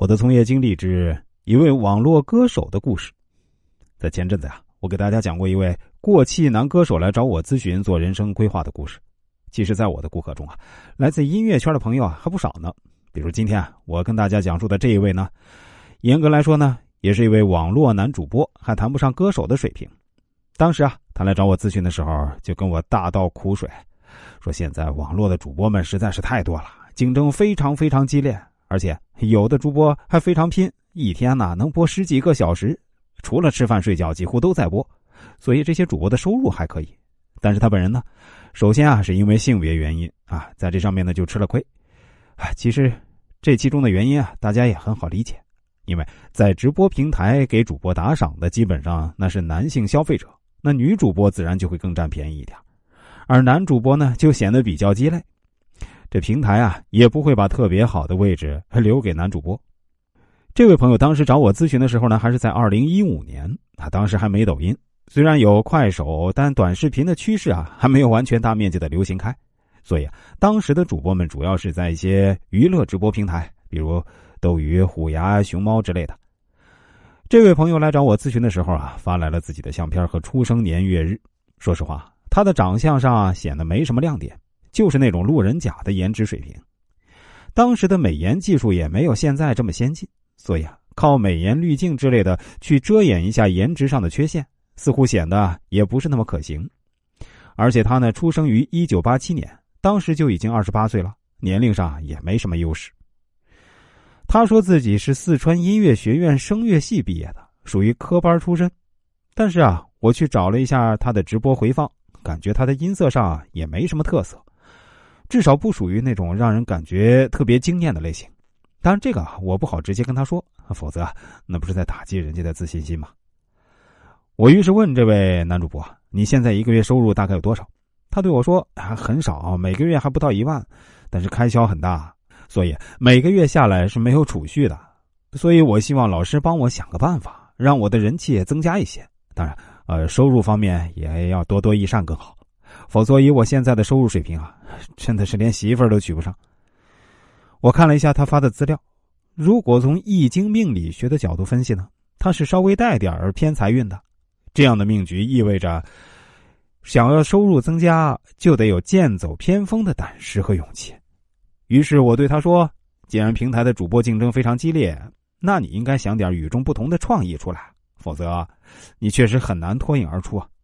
我的从业经历之一位网络歌手的故事。在前阵子我给大家讲过一位过气男歌手来找我咨询做人生规划的故事。其实在我的顾客中来自音乐圈的朋友还不少呢。比如今天我跟大家讲述的这一位呢，严格来说呢，也是一位网络男主播，还谈不上歌手的水平。当时他来找我咨询的时候，就跟我大倒苦水，说现在网络的主播们实在是太多了，竞争非常非常激烈，而且有的主播还非常拼，一天能播10几个小时，除了吃饭睡觉几乎都在播，所以这些主播的收入还可以。但是他本人呢，首先是因为性别原因在这上面呢就吃了亏。其实这其中的原因大家也很好理解，因为在直播平台给主播打赏的基本上那是男性消费者，那女主播自然就会更占便宜一点，而男主播呢就显得比较鸡肋。这平台也不会把特别好的位置留给男主播。这位朋友当时找我咨询的时候呢，还是在2015年，当时还没抖音，虽然有快手，但短视频的趋势还没有完全大面积的流行开，所以当时的主播们主要是在一些娱乐直播平台，比如斗鱼、虎牙、熊猫之类的。这位朋友来找我咨询的时候发来了自己的相片和出生年月日。说实话，他的长相上显得没什么亮点，就是那种路人甲的颜值水平。当时的美颜技术也没有现在这么先进，所以靠美颜滤镜之类的去遮掩一下颜值上的缺陷，似乎显得也不是那么可行。而且他呢，出生于1987年，当时就已经28岁了，年龄上也没什么优势。他说自己是四川音乐学院声乐系毕业的，属于科班出身。但是我去找了一下他的直播回放，感觉他的音色上也没什么特色，至少不属于那种让人感觉特别惊艳的类型。当然这个我不好直接跟他说，否则那不是在打击人家的自信心吗？我于是问这位男主播，你现在一个月收入大概有多少？他对我说很少，每个月还不到1万，但是开销很大，所以每个月下来是没有储蓄的。所以我希望老师帮我想个办法，让我的人气也增加一些。当然收入方面也要多多益善更好，否则以我现在的收入水平真的是连媳妇儿都娶不上。我看了一下他发的资料，如果从易经命理学的角度分析呢，他是稍微带点偏财运的。这样的命局意味着想要收入增加，就得有剑走偏锋的胆识和勇气。于是我对他说，既然平台的主播竞争非常激烈，那你应该想点与众不同的创意出来，否则你确实很难脱颖而出